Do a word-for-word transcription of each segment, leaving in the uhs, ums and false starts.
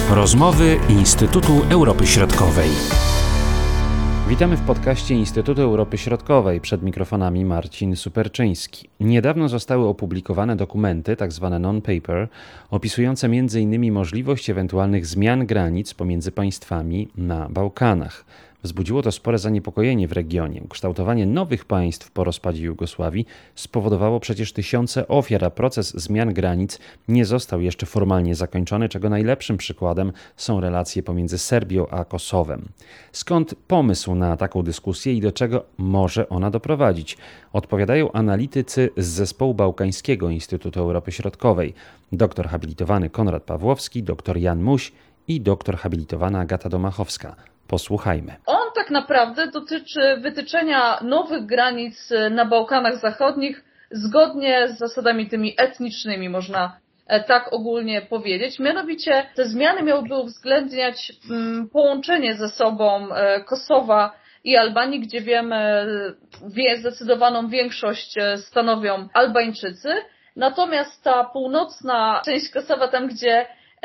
Rozmowy Instytutu Europy Środkowej. Witamy w podcaście Instytutu Europy Środkowej. Przed mikrofonami Marcin Superczyński. Niedawno zostały opublikowane dokumenty, tzw. non-paper, opisujące m in możliwość ewentualnych zmian granic pomiędzy państwami na Bałkanach. Wzbudziło to spore zaniepokojenie w regionie. Kształtowanie nowych państw po rozpadzie Jugosławii spowodowało przecież tysiące ofiar, a proces zmian granic nie został jeszcze formalnie zakończony, czego najlepszym przykładem są relacje pomiędzy Serbią a Kosowem. Skąd pomysł na taką dyskusję i do czego może ona doprowadzić? Odpowiadają analitycy z Zespołu Bałkańskiego Instytutu Europy Środkowej. Doktor habilitowany Konrad Pawłowski, doktor Jan Muś i doktor habilitowana Agata Domachowska. Posłuchajmy. On tak naprawdę dotyczy wytyczenia nowych granic na Bałkanach Zachodnich zgodnie z zasadami tymi etnicznymi, można tak ogólnie powiedzieć. Mianowicie te zmiany miałyby uwzględniać połączenie ze sobą Kosowa i Albanii, gdzie wiemy, zdecydowaną większość stanowią Albańczycy. Natomiast ta północna część Kosowa, tam gdzie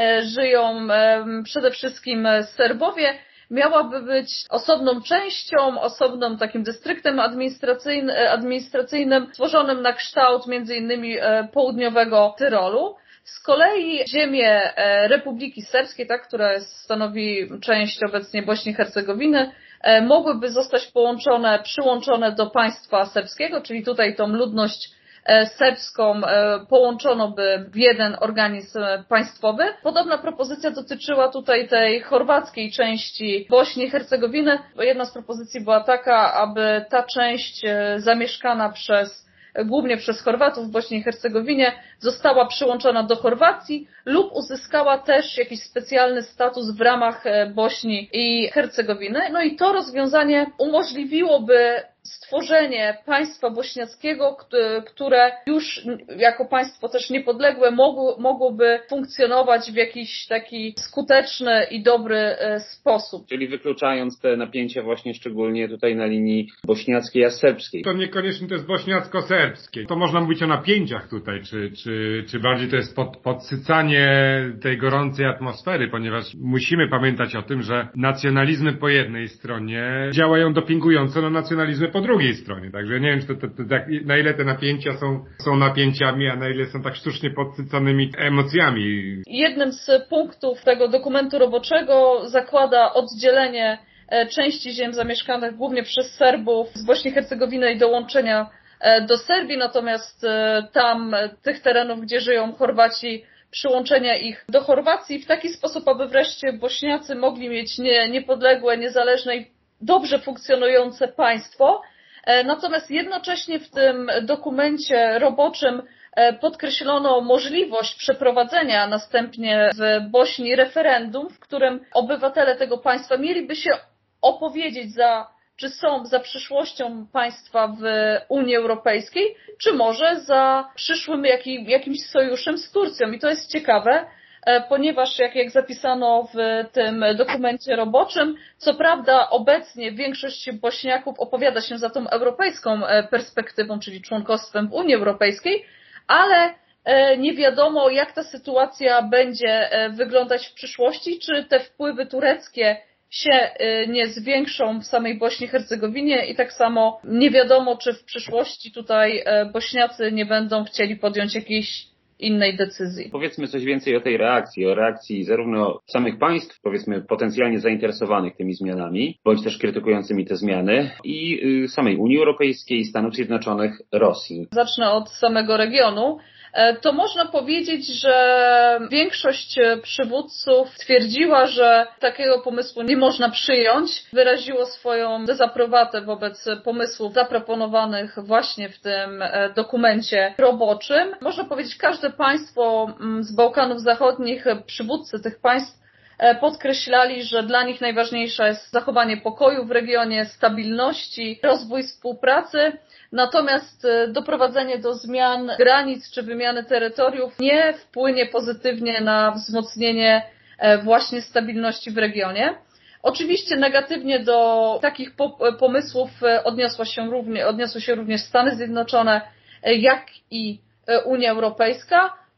żyją przede wszystkim Serbowie, miałaby być osobną częścią, osobnym takim dystryktem administracyjnym, administracyjnym stworzonym na kształt między innymi południowego Tyrolu. Z kolei ziemie Republiki Serbskiej, tak, która stanowi część obecnie Bośni i Hercegowiny, mogłyby zostać połączone, przyłączone do państwa serbskiego, czyli tutaj tą ludność serbską połączono by w jeden organizm państwowy. Podobna propozycja dotyczyła tutaj tej chorwackiej części Bośni i Hercegowiny. Jedna z propozycji była taka, aby ta część zamieszkana przez głównie przez Chorwatów w Bośni i Hercegowinie została przyłączona do Chorwacji lub uzyskała też jakiś specjalny status w ramach Bośni i Hercegowiny. No i to rozwiązanie umożliwiłoby stworzenie państwa bośniackiego, które już jako państwo też niepodległe mogło, mogłoby funkcjonować w jakiś taki skuteczny i dobry sposób. Czyli wykluczając te napięcia właśnie szczególnie tutaj na linii bośniackiej a serbskiej. To niekoniecznie to jest bośniacko-serbskie. To można mówić o napięciach tutaj, czy, czy, czy bardziej to jest pod, podsycanie tej gorącej atmosfery, ponieważ musimy pamiętać o tym, że nacjonalizmy po jednej stronie działają dopingująco na nacjonalizmy po drugiej stronie. Także nie wiem, czy to, to, to, tak, na ile te napięcia są, są napięciami, a na ile są tak sztucznie podsycanymi emocjami. Jednym z punktów tego dokumentu roboczego zakłada oddzielenie części ziem zamieszkanych głównie przez Serbów z Bośni i Hercegowiny i dołączenia do Serbii, natomiast tam tych terenów, gdzie żyją Chorwaci, przyłączenia ich do Chorwacji w taki sposób, aby wreszcie Bośniacy mogli mieć nie, niepodległe, niezależne i dobrze funkcjonujące państwo. Natomiast jednocześnie w tym dokumencie roboczym podkreślono możliwość przeprowadzenia następnie w Bośni referendum, w którym obywatele tego państwa mieliby się opowiedzieć za, czy są za przyszłością państwa w Unii Europejskiej, czy może za przyszłym jakim, jakimś sojuszem z Turcją. I to jest ciekawe, ponieważ jak, jak zapisano w tym dokumencie roboczym, co prawda obecnie większość Bośniaków opowiada się za tą europejską perspektywą, czyli członkostwem w Unii Europejskiej, ale nie wiadomo, jak ta sytuacja będzie wyglądać w przyszłości, czy te wpływy tureckie się nie zwiększą w samej Bośni i Hercegowinie i tak samo nie wiadomo, czy w przyszłości tutaj Bośniacy nie będą chcieli podjąć jakiejś innej decyzji. Powiedzmy coś więcej o tej reakcji, o reakcji zarówno samych państw, powiedzmy potencjalnie zainteresowanych tymi zmianami, bądź też krytykującymi te zmiany i samej Unii Europejskiej, Stanów Zjednoczonych, Rosji. Zacznę od samego regionu. To można powiedzieć, że większość przywódców twierdziła, że takiego pomysłu nie można przyjąć. Wyraziło swoją dezaprobatę wobec pomysłów zaproponowanych właśnie w tym dokumencie roboczym. Można powiedzieć, każde państwo z Bałkanów Zachodnich, przywódcy tych państw podkreślali, że dla nich najważniejsze jest zachowanie pokoju w regionie, stabilności, rozwój współpracy. Natomiast doprowadzenie do zmian granic czy wymiany terytoriów nie wpłynie pozytywnie na wzmocnienie właśnie stabilności w regionie. Oczywiście negatywnie do takich pomysłów odniosła się również, odniosły się również Stany Zjednoczone, jak i Unia Europejska.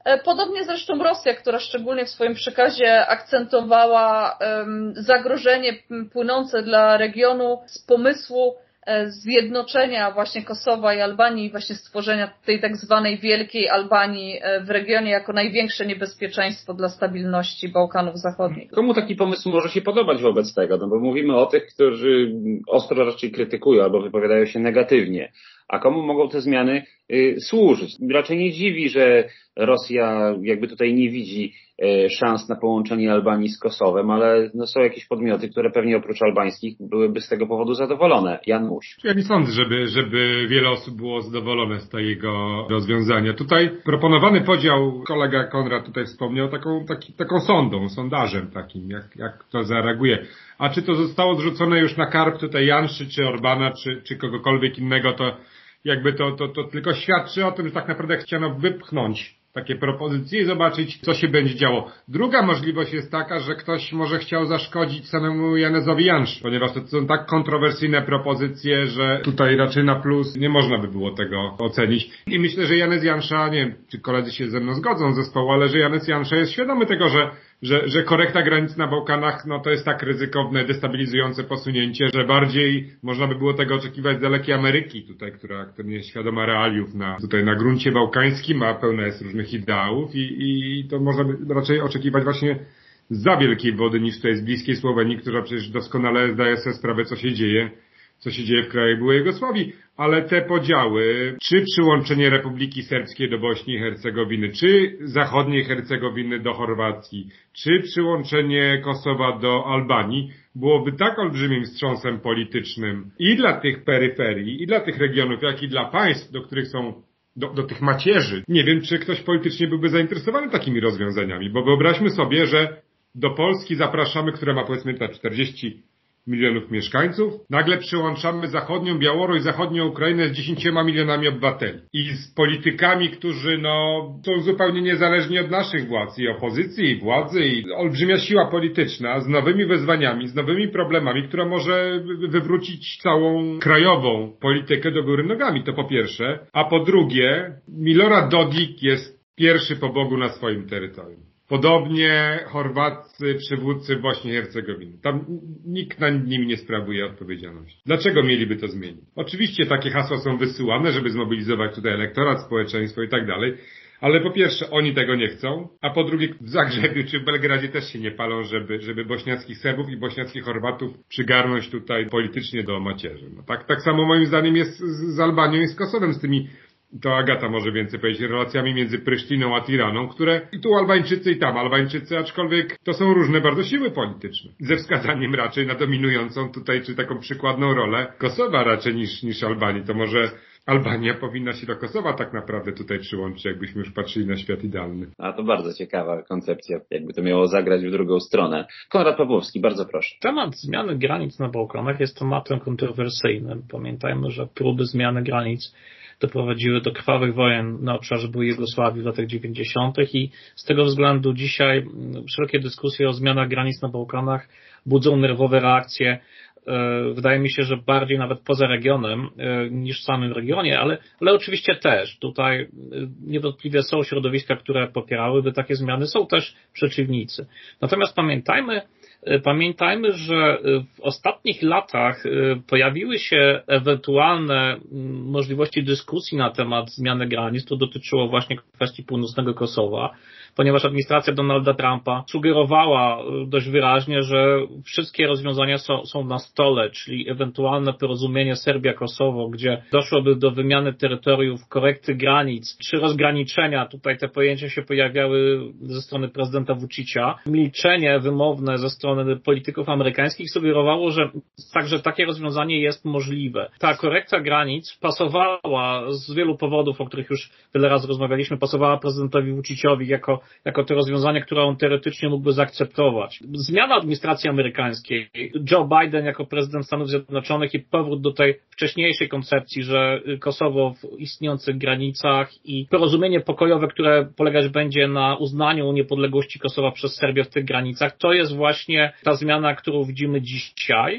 Podobnie zresztą Rosja, która szczególnie w swoim przekazie akcentowała zagrożenie płynące dla regionu z pomysłu zjednoczenia właśnie Kosowa i Albanii i właśnie stworzenia tej tak zwanej Wielkiej Albanii w regionie jako największe niebezpieczeństwo dla stabilności Bałkanów Zachodnich. Komu taki pomysł może się podobać wobec tego? No bo mówimy o tych, którzy ostro raczej krytykują albo wypowiadają się negatywnie. A komu mogą te zmiany y, służyć? Raczej nie dziwi, że Rosja jakby tutaj nie widzi y, szans na połączenie Albanii z Kosowem, ale no, są jakieś podmioty, które pewnie oprócz albańskich byłyby z tego powodu zadowolone. Jan Muś. Ja nie sądzę, żeby, żeby wiele osób było zadowolone z tego rozwiązania. Tutaj proponowany podział, kolega Konrad tutaj wspomniał, taką, taki, taką sondą, sondażem takim, jak, jak to zareaguje. A czy to zostało zrzucone już na karb tutaj Janszy, czy Orbana, czy, czy kogokolwiek innego, to jakby to, to, to tylko świadczy o tym, że tak naprawdę chciano wypchnąć takie propozycje i zobaczyć, co się będzie działo. Druga możliwość jest taka, że ktoś może chciał zaszkodzić samemu Janezowi Janszy, ponieważ to są tak kontrowersyjne propozycje, że tutaj raczej na plus nie można by było tego ocenić. I myślę, że Janez Jansza, nie wiem, czy koledzy się ze mną zgodzą z zespołu, ale że Janez Jansza jest świadomy tego, że Że, że korekta granic na Bałkanach, no to jest tak ryzykowne, destabilizujące posunięcie, że bardziej można by było tego oczekiwać z dalekiej Ameryki tutaj, która, która nie jest świadoma realiów na, tutaj na gruncie bałkańskim, a pełna jest różnych ideałów i, i to można by raczej oczekiwać właśnie zza wielkiej wody niż tutaj z bliskiej Słowenii, która przecież doskonale zdaje sobie sprawę, co się dzieje, co się dzieje w kraju byłej Jugosławii. Ale te podziały, czy przyłączenie Republiki Serbskiej do Bośni i Hercegowiny, czy zachodniej Hercegowiny do Chorwacji, czy przyłączenie Kosowa do Albanii, byłoby tak olbrzymim wstrząsem politycznym i dla tych peryferii, i dla tych regionów, jak i dla państw, do których są Do, do tych macierzy. Nie wiem, czy ktoś politycznie byłby zainteresowany takimi rozwiązaniami, bo wyobraźmy sobie, że do Polski zapraszamy, która ma powiedzmy te czterdzieści milionów mieszkańców, nagle przyłączamy zachodnią Białoruś, zachodnią Ukrainę z dziesięcioma milionami obywateli. I z politykami, którzy no są zupełnie niezależni od naszych władz, i opozycji, i władzy, i olbrzymia siła polityczna z nowymi wyzwaniami, z nowymi problemami, która może wywrócić całą krajową politykę do góry nogami, to po pierwsze. A po drugie, Milorad Dodik jest pierwszy po Bogu na swoim terytorium. Podobnie chorwaccy przywódcy Bośni i Hercegowiny. Tam nikt nad nimi nie sprawuje odpowiedzialności. Dlaczego mieliby to zmienić? Oczywiście takie hasła są wysyłane, żeby zmobilizować tutaj elektorat, społeczeństwo i tak dalej. Ale po pierwsze, oni tego nie chcą, a po drugie, w Zagrzebiu czy w Belgradzie też się nie palą, żeby, żeby bośniackich Serbów i bośniackich Chorwatów przygarnąć tutaj politycznie do macierzy. No tak, tak samo moim zdaniem jest z, z Albanią i z Kosowem, z tymi, to Agata może więcej powiedzieć, relacjami między Prysztiną a Tiraną, które i tu Albańczycy i tam Albańczycy, aczkolwiek to są różne bardzo siły polityczne. Ze wskazaniem raczej na dominującą tutaj, czy taką przykładną rolę Kosowa raczej niż, niż Albanii. To może Albania powinna się do Kosowa tak naprawdę tutaj przyłączyć, jakbyśmy już patrzyli na świat idealny. A to bardzo ciekawa koncepcja, jakby to miało zagrać w drugą stronę. Konrad Pawłowski, bardzo proszę. Temat zmiany granic na Bałkanach jest tematem kontrowersyjnym. Pamiętajmy, że próby zmiany granic doprowadziły do krwawych wojen na obszarze byłej Jugosławii w latach dziewięćdziesiątych i z tego względu dzisiaj szerokie dyskusje o zmianach granic na Bałkanach budzą nerwowe reakcje. Wydaje mi się, że bardziej nawet poza regionem niż w samym regionie, ale, ale oczywiście też. Tutaj niewątpliwie są środowiska, które popierałyby takie zmiany, są też przeciwnicy. Natomiast pamiętajmy, Pamiętajmy, że w ostatnich latach pojawiły się ewentualne możliwości dyskusji na temat zmiany granic. To dotyczyło właśnie kwestii północnego Kosowa, ponieważ administracja Donalda Trumpa sugerowała dość wyraźnie, że wszystkie rozwiązania są, są na stole, czyli ewentualne porozumienie Serbia-Kosowo, gdzie doszłoby do wymiany terytoriów, korekty granic, czy rozgraniczenia. Tutaj te pojęcia się pojawiały ze strony prezydenta Vučića. Milczenie wymowne ze strony polityków amerykańskich sugerowało, że także takie rozwiązanie jest możliwe. Ta korekta granic pasowała z wielu powodów, o których już wiele razy rozmawialiśmy, pasowała prezydentowi Vučićowi jako, jako to rozwiązanie, które on teoretycznie mógłby zaakceptować. Zmiana administracji amerykańskiej, Joe Biden jako prezydent Stanów Zjednoczonych i powrót do tej wcześniejszej koncepcji, że Kosowo w istniejących granicach i porozumienie pokojowe, które polegać będzie na uznaniu niepodległości Kosowa przez Serbię w tych granicach, to jest właśnie ta zmiana, którą widzimy dzisiaj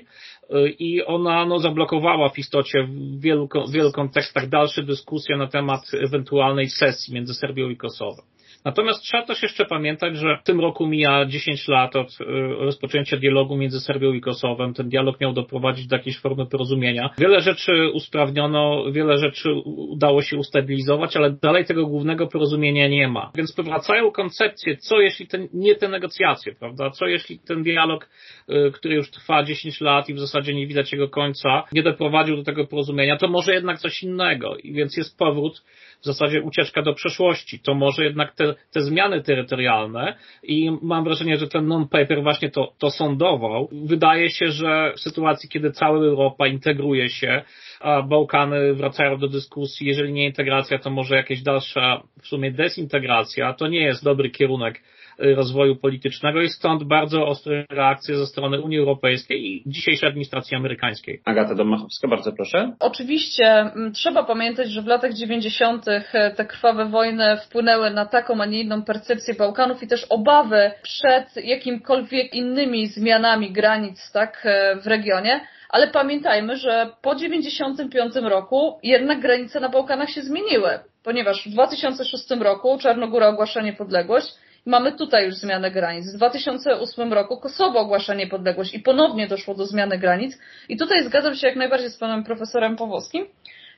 i ona no, zablokowała w istocie w wielu, w wielu kontekstach dalsze dyskusje na temat ewentualnej cesji między Serbią i Kosowem. Natomiast trzeba też jeszcze pamiętać, że w tym roku mija dziesięć lat od rozpoczęcia dialogu między Serbią i Kosowem. Ten dialog miał doprowadzić do jakiejś formy porozumienia. Wiele rzeczy usprawniono, wiele rzeczy udało się ustabilizować, ale dalej tego głównego porozumienia nie ma. Więc powracają koncepcje, co jeśli ten, nie te negocjacje, prawda? Co jeśli ten dialog, który już trwa dziesięć lat i w zasadzie nie widać jego końca, nie doprowadził do tego porozumienia, to może jednak coś innego. I więc jest powrót, w zasadzie ucieczka do przeszłości. To może jednak te, te zmiany terytorialne i mam wrażenie, że ten non-paper właśnie to, to sądował. Wydaje się, że w sytuacji, kiedy cała Europa integruje się, a Bałkany wracają do dyskusji, jeżeli nie integracja, to może jakaś dalsza w sumie dezintegracja, to nie jest dobry kierunek rozwoju politycznego i stąd bardzo ostre reakcje ze strony Unii Europejskiej i dzisiejszej administracji amerykańskiej. Agata Domachowska, bardzo proszę. Oczywiście trzeba pamiętać, że w latach dziewięćdziesiątych te krwawe wojny wpłynęły na taką, a nie inną percepcję Bałkanów i też obawy przed jakimkolwiek innymi zmianami granic, tak, w regionie. Ale pamiętajmy, że po dziewięćdziesiątym piątym roku jednak granice na Bałkanach się zmieniły, ponieważ w dwa tysiące szóstym roku Czarnogóra ogłasza niepodległość. Mamy tutaj już zmianę granic. W dwa tysiące ósmym roku Kosowo ogłasza niepodległość i ponownie doszło do zmiany granic. I tutaj zgadzam się jak najbardziej z panem profesorem Pawłowskim,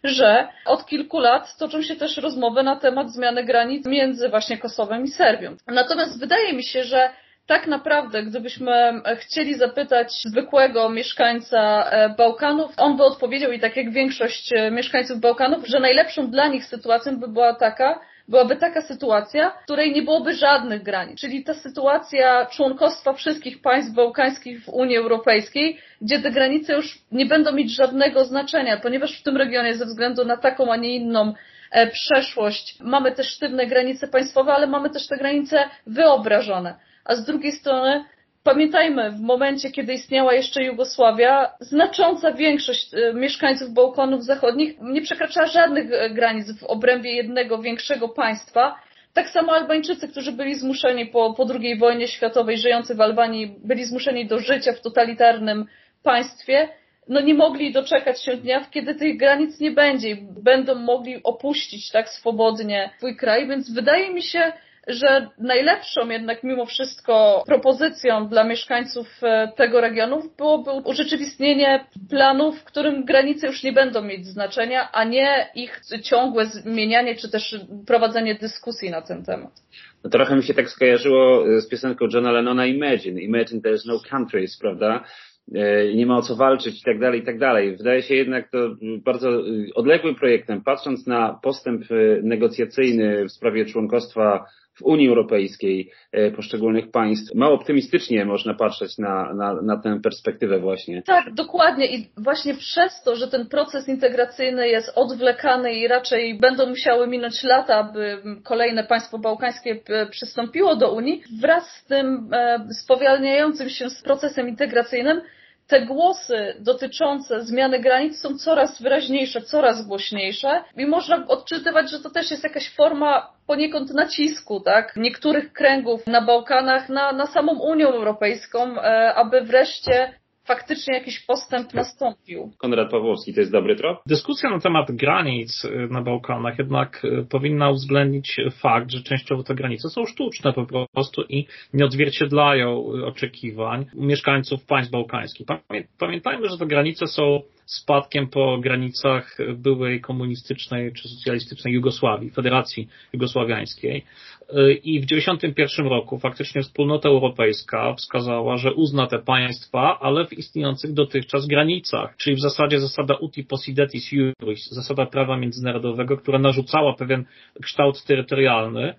że od kilku lat toczą się też rozmowy na temat zmiany granic między właśnie Kosowem i Serbią. Natomiast wydaje mi się, że tak naprawdę, gdybyśmy chcieli zapytać zwykłego mieszkańca Bałkanów, on by odpowiedział i tak jak większość mieszkańców Bałkanów, że najlepszą dla nich sytuacją by była taka, byłaby taka sytuacja, w której nie byłoby żadnych granic. Czyli ta sytuacja członkostwa wszystkich państw bałkańskich w Unii Europejskiej, gdzie te granice już nie będą mieć żadnego znaczenia, ponieważ w tym regionie ze względu na taką, a nie inną przeszłość mamy te sztywne granice państwowe, ale mamy też te granice wyobrażone. A z drugiej strony pamiętajmy, w momencie, kiedy istniała jeszcze Jugosławia, znacząca większość mieszkańców Bałkanów Zachodnich nie przekraczała żadnych granic w obrębie jednego większego państwa. Tak samo Albańczycy, którzy byli zmuszeni po, po drugiej wojnie światowej, żyjący w Albanii, byli zmuszeni do życia w totalitarnym państwie, no nie mogli doczekać się dnia, kiedy tych granic nie będzie i będą mogli opuścić tak swobodnie swój kraj, więc wydaje mi się, że najlepszą jednak mimo wszystko propozycją dla mieszkańców tego regionu byłoby urzeczywistnienie planu, w którym granice już nie będą mieć znaczenia, a nie ich ciągłe zmienianie czy też prowadzenie dyskusji na ten temat. No trochę mi się tak skojarzyło z piosenką Johna Lennona Imagine. Imagine there's no countries, prawda? Nie ma o co walczyć i tak dalej, i tak dalej. Wydaje się jednak to bardzo odległym projektem, patrząc na postęp negocjacyjny w sprawie członkostwa w Unii Europejskiej poszczególnych państw. Mało optymistycznie można patrzeć na, na, na tę perspektywę właśnie. Tak, dokładnie i właśnie przez to, że ten proces integracyjny jest odwlekany i raczej będą musiały minąć lata, aby kolejne państwo bałkańskie przystąpiło do Unii, wraz z tym spowalniającym się procesem integracyjnym te głosy dotyczące zmiany granic są coraz wyraźniejsze, coraz głośniejsze i można odczytywać, że to też jest jakaś forma poniekąd nacisku, tak, niektórych kręgów na Bałkanach na, na samą Unię Europejską, aby wreszcie faktycznie jakiś postęp nastąpił. Konrad Pawłowski, to jest dobry trop? Dyskusja na temat granic na Bałkanach jednak powinna uwzględnić fakt, że częściowo te granice są sztuczne po prostu i nie odzwierciedlają oczekiwań mieszkańców państw bałkańskich. Pamiętajmy, że te granice są spadkiem po granicach byłej komunistycznej czy socjalistycznej Jugosławii, Federacji Jugosławiańskiej. I w dziewięćdziesiątym pierwszym roku faktycznie Wspólnota Europejska wskazała, że uzna te państwa, ale w istniejących dotychczas granicach, czyli w zasadzie zasada uti possidetis iuris, zasada prawa międzynarodowego, która narzucała pewien kształt terytorialny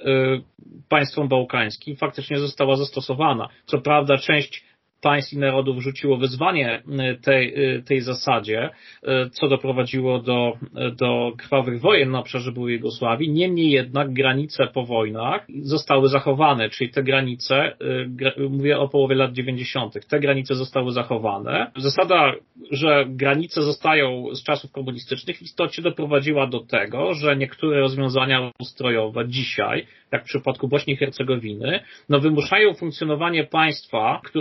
państwom bałkańskim, faktycznie została zastosowana. Co prawda część państw i narodów rzuciło wyzwanie tej, tej zasadzie, co doprowadziło do, do krwawych wojen na obszarze byłej Jugosławii. Niemniej jednak granice po wojnach zostały zachowane, czyli te granice, mówię o połowie lat dziewięćdziesiątych, te granice zostały zachowane. Zasada, że granice zostają z czasów komunistycznych w istocie doprowadziła do tego, że niektóre rozwiązania ustrojowe dzisiaj, jak w przypadku Bośni i Hercegowiny, no wymuszają funkcjonowanie państwa, które się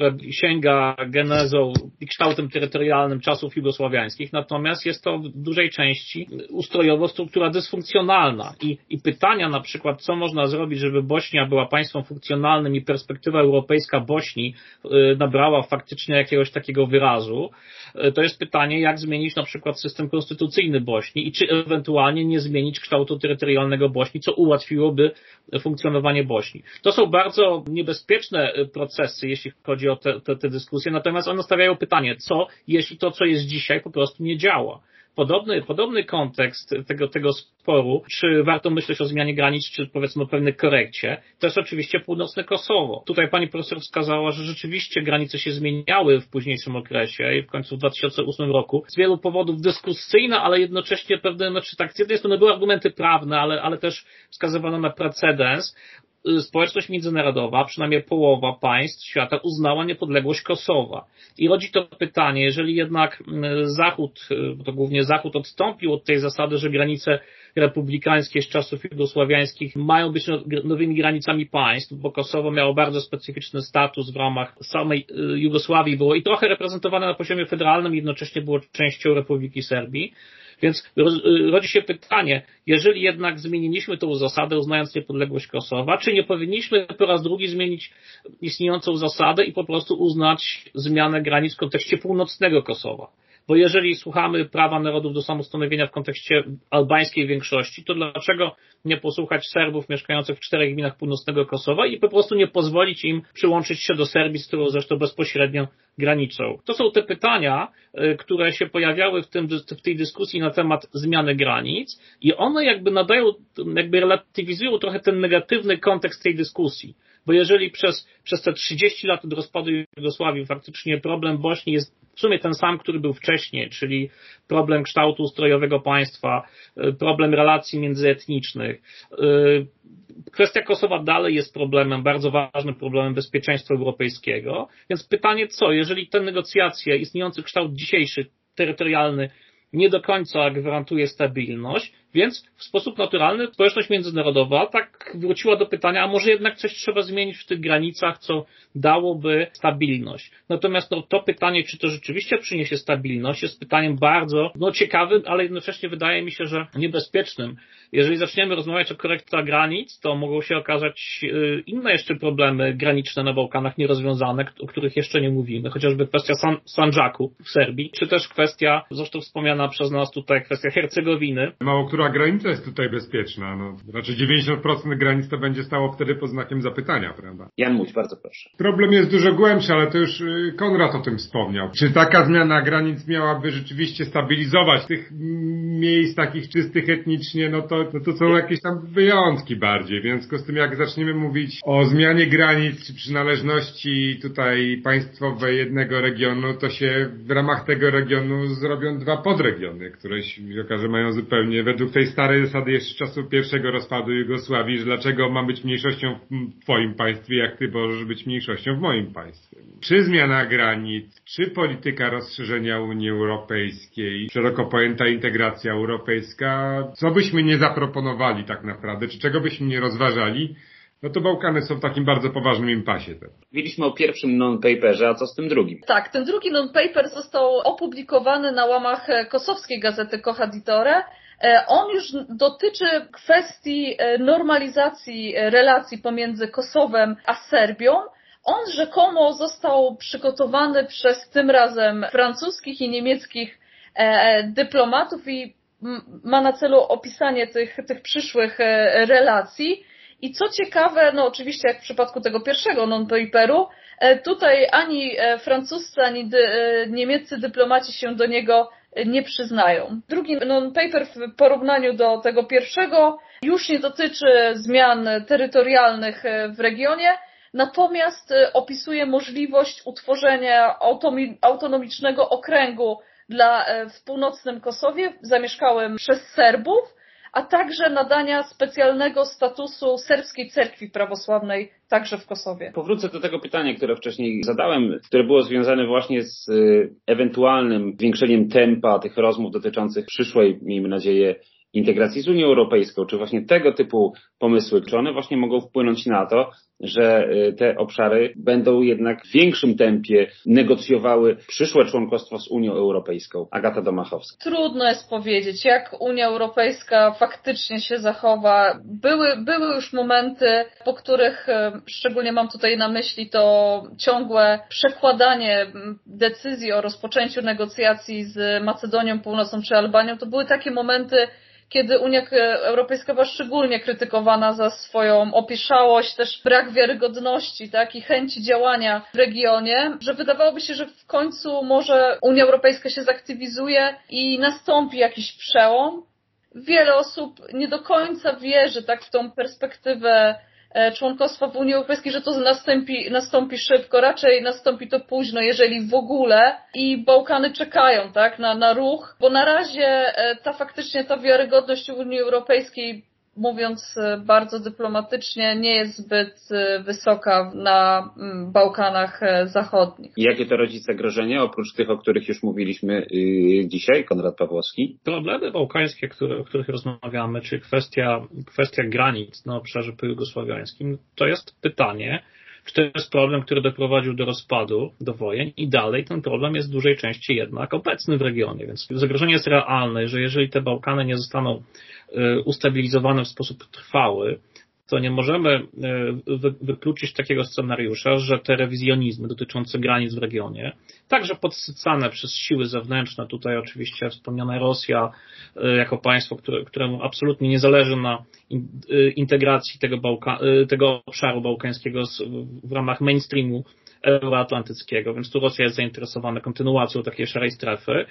sięga genezą i kształtem terytorialnym czasów jugosławiańskich, natomiast jest to w dużej części ustrojowo struktura dysfunkcjonalna i, i pytania na przykład, co można zrobić, żeby Bośnia była państwem funkcjonalnym i perspektywa europejska Bośni y, nabrała faktycznie jakiegoś takiego wyrazu, y, to jest pytanie, jak zmienić na przykład system konstytucyjny Bośni i czy ewentualnie nie zmienić kształtu terytorialnego Bośni, co ułatwiłoby funkcjonowanie Bośni. To są bardzo niebezpieczne procesy, jeśli chodzi o te, te, te dyskusje, natomiast one stawiają pytanie, co jeśli to, co jest dzisiaj, po prostu nie działa. Podobny, podobny kontekst tego, tego sporu, czy warto myśleć o zmianie granic, czy powiedzmy o pewnej korekcie, to jest oczywiście północne Kosowo. Tutaj pani profesor wskazała, że rzeczywiście granice się zmieniały w późniejszym okresie i w końcu w dwa tysiące ósmym roku. Z wielu powodów dyskusyjne, ale jednocześnie pewne, znaczy tak, z jednej strony były argumenty prawne, ale, ale też wskazywano na precedens. Społeczność międzynarodowa, przynajmniej połowa państw świata uznała niepodległość Kosowa. I rodzi to pytanie, jeżeli jednak Zachód, to głównie Zachód odstąpił od tej zasady, że granice republikańskie z czasów jugosławiańskich mają być nowymi granicami państw, bo Kosowo miało bardzo specyficzny status w ramach samej Jugosławii, było i trochę reprezentowane na poziomie federalnym, jednocześnie było częścią Republiki Serbii. Więc rodzi się pytanie, jeżeli jednak zmieniliśmy tą zasadę, uznając niepodległość Kosowa, czy nie powinniśmy po raz drugi zmienić istniejącą zasadę i po prostu uznać zmianę granic w kontekście północnego Kosowa? Bo jeżeli słuchamy prawa narodów do samostanowienia w kontekście albańskiej większości, to dlaczego nie posłuchać Serbów mieszkających w czterech gminach północnego Kosowa i po prostu nie pozwolić im przyłączyć się do Serbii, z którą zresztą bezpośrednio graniczą? To są te pytania, które się pojawiały w, tym, w tej dyskusji na temat zmiany granic i one jakby nadają, jakby relatywizują trochę ten negatywny kontekst tej dyskusji. Bo jeżeli przez, przez te trzydzieści lat od rozpadu Jugosławii faktycznie problem Bośni jest w sumie ten sam, który był wcześniej, czyli problem kształtu ustrojowego państwa, problem relacji międzyetnicznych. Kwestia Kosowa dalej jest problemem, bardzo ważnym problemem bezpieczeństwa europejskiego. Więc pytanie co, jeżeli te negocjacje, istniejący kształt dzisiejszy, terytorialny, nie do końca gwarantuje stabilność, więc w sposób naturalny społeczność międzynarodowa tak wróciła do pytania, a może jednak coś trzeba zmienić w tych granicach, co dałoby stabilność. Natomiast no, to pytanie, czy to rzeczywiście przyniesie stabilność, jest pytaniem bardzo no, ciekawym, ale jednocześnie wydaje mi się, że niebezpiecznym. Jeżeli zaczniemy rozmawiać o korekcie granic, to mogą się okazać inne jeszcze problemy graniczne na Bałkanach nierozwiązane, o których jeszcze nie mówimy, chociażby kwestia San- Sandżaku w Serbii, czy też kwestia, zresztą wspomniana przez nas tutaj, kwestia Hercegowiny. Mało która granica jest tutaj bezpieczna. No, raczej dziewięćdziesiąt procent granic to będzie stało wtedy pod znakiem zapytania, prawda? Jan Muś, bardzo proszę. Problem jest dużo głębszy, ale to już Konrad o tym wspomniał. Czy taka zmiana granic miałaby rzeczywiście stabilizować tych miejsc takich czystych etnicznie, no to, no to są jakieś tam wyjątki bardziej. W związku z tym, jak zaczniemy mówić o zmianie granic czy przynależności tutaj państwowej jednego regionu, to się w ramach tego regionu zrobią dwa podregiony, które się okaże mają zupełnie według tej starej zasady jeszcze z czasu pierwszego rozpadu Jugosławii, że dlaczego mam być mniejszością w twoim państwie, jak ty możesz być mniejszością w moim państwie. Czy zmiana granic, czy polityka rozszerzenia Unii Europejskiej, szeroko pojęta integracja europejska, co byśmy nie zaproponowali tak naprawdę, czy czego byśmy nie rozważali, no to Bałkany są w takim bardzo poważnym impasie. Mówiliśmy o pierwszym non-paperze, a co z tym drugim? Tak, ten drugi non-paper został opublikowany na łamach kosowskiej gazety Kohaditore. On już dotyczy kwestii normalizacji relacji pomiędzy Kosowem a Serbią. On rzekomo został przygotowany przez tym razem francuskich i niemieckich dyplomatów i ma na celu opisanie tych, tych przyszłych relacji. I co ciekawe, no oczywiście jak w przypadku tego pierwszego non-paperu, tutaj ani francuscy, ani dy, niemieccy dyplomaci się do niego nie przyznają. Drugi non-paper w porównaniu do tego pierwszego już nie dotyczy zmian terytorialnych w regionie, natomiast opisuje możliwość utworzenia autonomicznego okręgu dla, w północnym Kosowie, zamieszkałym przez Serbów, a także nadania specjalnego statusu serbskiej cerkwi prawosławnej także w Kosowie. Powrócę do tego pytania, które wcześniej zadałem, które było związane właśnie z ewentualnym zwiększeniem tempa tych rozmów dotyczących przyszłej, miejmy nadzieję, integracji z Unią Europejską, czy właśnie tego typu pomysły, czy one właśnie mogą wpłynąć na to, że te obszary będą jednak w większym tempie negocjowały przyszłe członkostwo z Unią Europejską. Agata Domachowska. Trudno jest powiedzieć, jak Unia Europejska faktycznie się zachowa. Były, były już momenty, po których, szczególnie mam tutaj na myśli to ciągłe przekładanie decyzji o rozpoczęciu negocjacji z Macedonią Północną czy Albanią. To były takie momenty, kiedy Unia Europejska była szczególnie krytykowana za swoją opieszałość, też brak wiarygodności, tak, i chęci działania w regionie, że wydawałoby się, że w końcu może Unia Europejska się zaktywizuje i nastąpi jakiś przełom. Wiele osób nie do końca wierzy, tak, w tą perspektywę członkostwa w Unii Europejskiej, że to nastąpi, nastąpi szybko, raczej nastąpi to późno, jeżeli w ogóle, i Bałkany czekają, tak, na, na ruch, bo na razie ta faktycznie ta wiarygodność Unii Europejskiej, mówiąc bardzo dyplomatycznie, nie jest zbyt wysoka na Bałkanach Zachodnich. I jakie to rodzi zagrożenia, oprócz tych, o których już mówiliśmy yy, dzisiaj, Konrad Pawłowski? Problemy bałkańskie, które, o których rozmawiamy, czyli kwestia, kwestia granic na obszarze pojugosławiańskim, to jest pytanie, czy to jest problem, który doprowadził do rozpadu, do wojen, i dalej ten problem jest w dużej części jednak obecny w regionie, więc zagrożenie jest realne, że jeżeli te Bałkany nie zostaną ustabilizowane w sposób trwały, to nie możemy wykluczyć takiego scenariusza, że te rewizjonizmy dotyczące granic w regionie, także podsycane przez siły zewnętrzne, tutaj oczywiście wspomniana Rosja jako państwo, które, któremu absolutnie nie zależy na integracji tego, Bałka, tego obszaru bałkańskiego w ramach mainstreamu euroatlantyckiego, więc tu Rosja jest zainteresowana kontynuacją takiej szarej strefy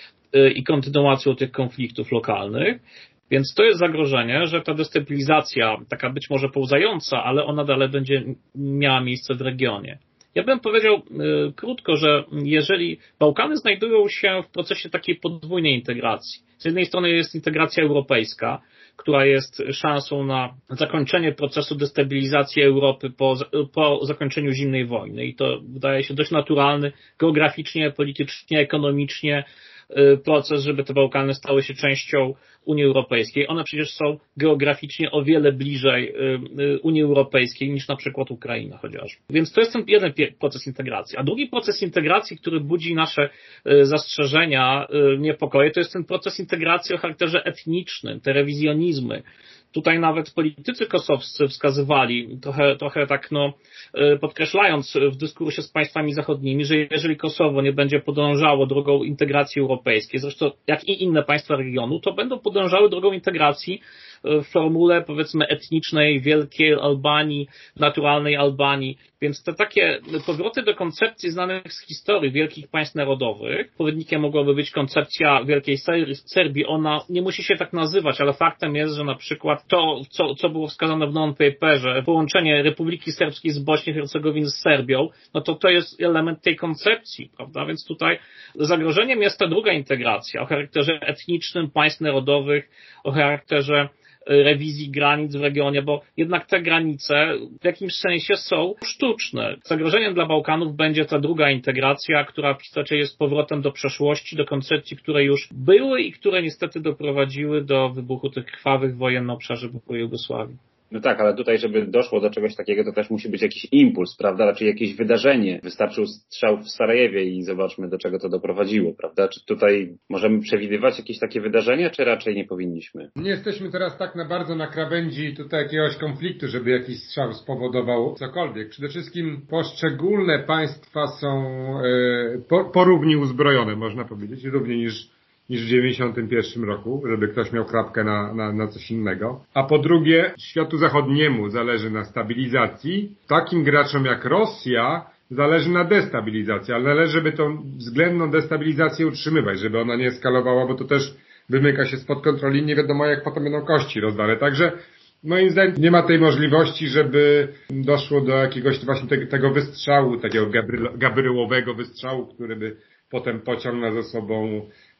i kontynuacją tych konfliktów lokalnych. Więc to jest zagrożenie, że ta destabilizacja, taka być może pełzająca, ale ona dalej będzie miała miejsce w regionie. Ja bym powiedział y, krótko, że jeżeli Bałkany znajdują się w procesie takiej podwójnej integracji, z jednej strony jest integracja europejska, która jest szansą na zakończenie procesu destabilizacji Europy po, po zakończeniu zimnej wojny, i to wydaje się dość naturalny geograficznie, politycznie, ekonomicznie proces, żeby te Bałkany stały się częścią Unii Europejskiej. One przecież są geograficznie o wiele bliżej Unii Europejskiej niż na przykład Ukraina chociażby. Więc to jest ten jeden proces integracji. A drugi proces integracji, który budzi nasze zastrzeżenia, niepokoje, to jest ten proces integracji o charakterze etnicznym, te rewizjonizmy. Tutaj nawet politycy kosowscy wskazywali, trochę, trochę tak no, podkreślając w dyskursie z państwami zachodnimi, że jeżeli Kosowo nie będzie podążało drogą integracji europejskiej, zresztą jak i inne państwa regionu, to będą podążały drogą integracji w formule, powiedzmy, etnicznej, wielkiej Albanii, naturalnej Albanii. Więc te takie powroty do koncepcji znanych z historii wielkich państw narodowych, odpowiednikiem mogłaby być koncepcja Wielkiej Serbii. Ona nie musi się tak nazywać, ale faktem jest, że na przykład to, co, co było wskazane w non-paperze, połączenie Republiki Serbskiej z Bośni i Hercegowiny z Serbią, no to to jest element tej koncepcji, prawda? Więc tutaj zagrożeniem jest ta druga integracja o charakterze etnicznym państw narodowych, o charakterze rewizji granic w regionie, bo jednak te granice w jakimś sensie są sztuczne. Zagrożeniem dla Bałkanów będzie ta druga integracja, która raczej jest powrotem do przeszłości, do koncepcji, które już były i które niestety doprowadziły do wybuchu tych krwawych wojen na obszarze byłej Jugosławii. No tak, ale tutaj, żeby doszło do czegoś takiego, to też musi być jakiś impuls, prawda? Raczej jakieś wydarzenie. Wystarczył strzał w Sarajewie i zobaczmy, do czego to doprowadziło, prawda? Czy tutaj możemy przewidywać jakieś takie wydarzenia, czy raczej nie powinniśmy? Nie jesteśmy teraz tak na bardzo na krawędzi tutaj jakiegoś konfliktu, żeby jakiś strzał spowodował cokolwiek. Przede wszystkim poszczególne państwa są e, po, porówni uzbrojone, można powiedzieć, równie niż niż w dziewięćdziesiątym pierwszym roku, żeby ktoś miał kropkę na, na, na coś innego. A po drugie, światu zachodniemu zależy na stabilizacji. Takim graczom jak Rosja zależy na destabilizacji, ale należy, żeby tą względną destabilizację utrzymywać, żeby ona nie eskalowała, bo to też wymyka się spod kontroli, nie wiadomo jak potem będą kości rozdane. Także moim zdaniem nie ma tej możliwości, żeby doszło do jakiegoś właśnie tego, tego wystrzału, takiego gabry, gabryłowego wystrzału, który by potem pociągnął za sobą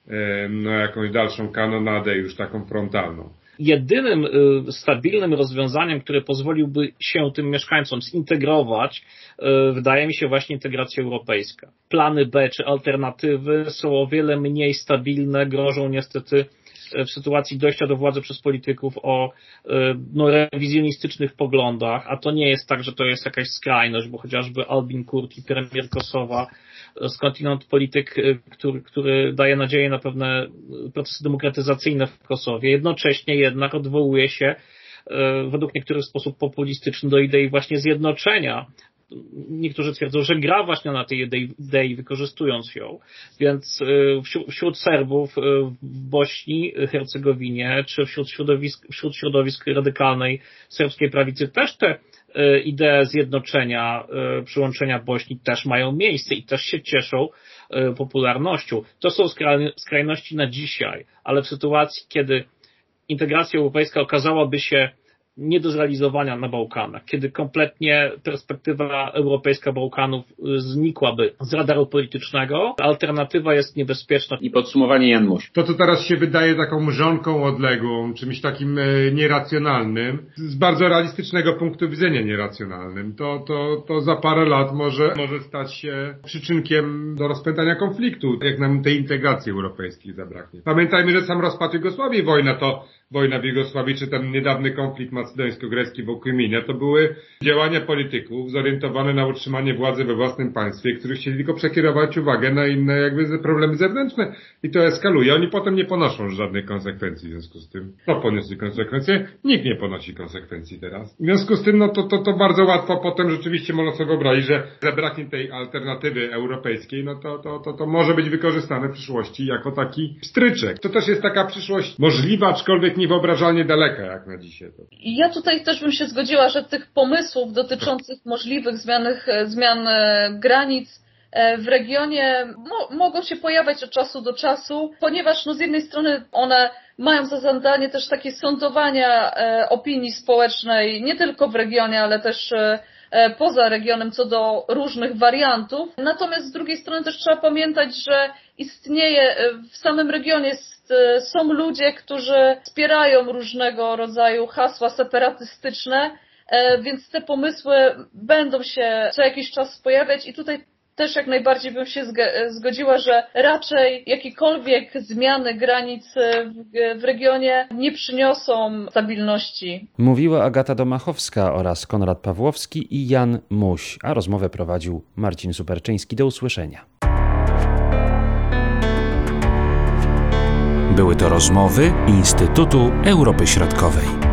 no, jakąś dalszą kanonadę już taką frontalną. Jedynym y, stabilnym rozwiązaniem, które pozwoliłby się tym mieszkańcom zintegrować, y, wydaje mi się właśnie integracja europejska. Plany B czy alternatywy są o wiele mniej stabilne, grożą niestety w sytuacji dojścia do władzy przez polityków o no, rewizjonistycznych poglądach, a to nie jest tak, że to jest jakaś skrajność, bo chociażby Albin Kurti, premier Kosowa, skądinąd polityk, który, który daje nadzieję na pewne procesy demokratyzacyjne w Kosowie, jednocześnie jednak odwołuje się według niektórych w sposób populistyczny do idei właśnie zjednoczenia. Niektórzy twierdzą, że gra właśnie na tej idei, wykorzystując ją. Więc wśród Serbów w Bośni, Hercegowinie, czy wśród środowisk, wśród środowisk radykalnej serbskiej prawicy też te idee zjednoczenia, przyłączenia Bośni też mają miejsce i też się cieszą popularnością. To są skrajności na dzisiaj, ale w sytuacji, kiedy integracja europejska okazałaby się nie do zrealizowania na Bałkanach, kiedy kompletnie perspektywa europejska Bałkanów znikłaby z radaru politycznego, alternatywa jest niebezpieczna. I podsumowanie, Jan Muś. To, co teraz się wydaje taką mrzonką odległą, czymś takim e, nieracjonalnym, z bardzo realistycznego punktu widzenia nieracjonalnym, to, to, to za parę lat może, może stać się przyczynkiem do rozpętania konfliktu, jak nam tej integracji europejskiej zabraknie. Pamiętajmy, że sam rozpad Jugosławii, wojna to wojna w Jugosławii, czy ten niedawny konflikt macedońsko-grecki wokół Minia, to były działania polityków zorientowane na utrzymanie władzy we własnym państwie, którzy chcieli tylko przekierować uwagę na inne jakby problemy zewnętrzne i to eskaluje. Oni potem nie ponoszą żadnych konsekwencji w związku z tym. Kto poniósł konsekwencje? Nikt nie ponosi konsekwencji teraz. W związku z tym, no to, to, to bardzo łatwo potem rzeczywiście można sobie wyobrazić, że zabraknie tej alternatywy europejskiej, no to, to, to, to może być wykorzystane w przyszłości jako taki pstryczek. To też jest taka przyszłość możliwa, aczkolwiek niewyobrażalnie daleka jak na dzisiaj. Ja tutaj też bym się zgodziła, że tych pomysłów dotyczących możliwych zmianych, zmian granic w regionie mo- mogą się pojawiać od czasu do czasu, ponieważ no z jednej strony one mają za zadanie też takie sądowania e, opinii społecznej, nie tylko w regionie, ale też e, poza regionem co do różnych wariantów. Natomiast z drugiej strony też trzeba pamiętać, że istnieje w samym regionie są ludzie, którzy wspierają różnego rodzaju hasła separatystyczne, więc te pomysły będą się co jakiś czas pojawiać i tutaj też jak najbardziej bym się zgodziła, że raczej jakiekolwiek zmiany granic w, w regionie nie przyniosą stabilności. Mówiła Agata Domachowska oraz Konrad Pawłowski i Jan Muś, a rozmowę prowadził Marcin Superczyński. Do usłyszenia. Były to rozmowy Instytutu Europy Środkowej.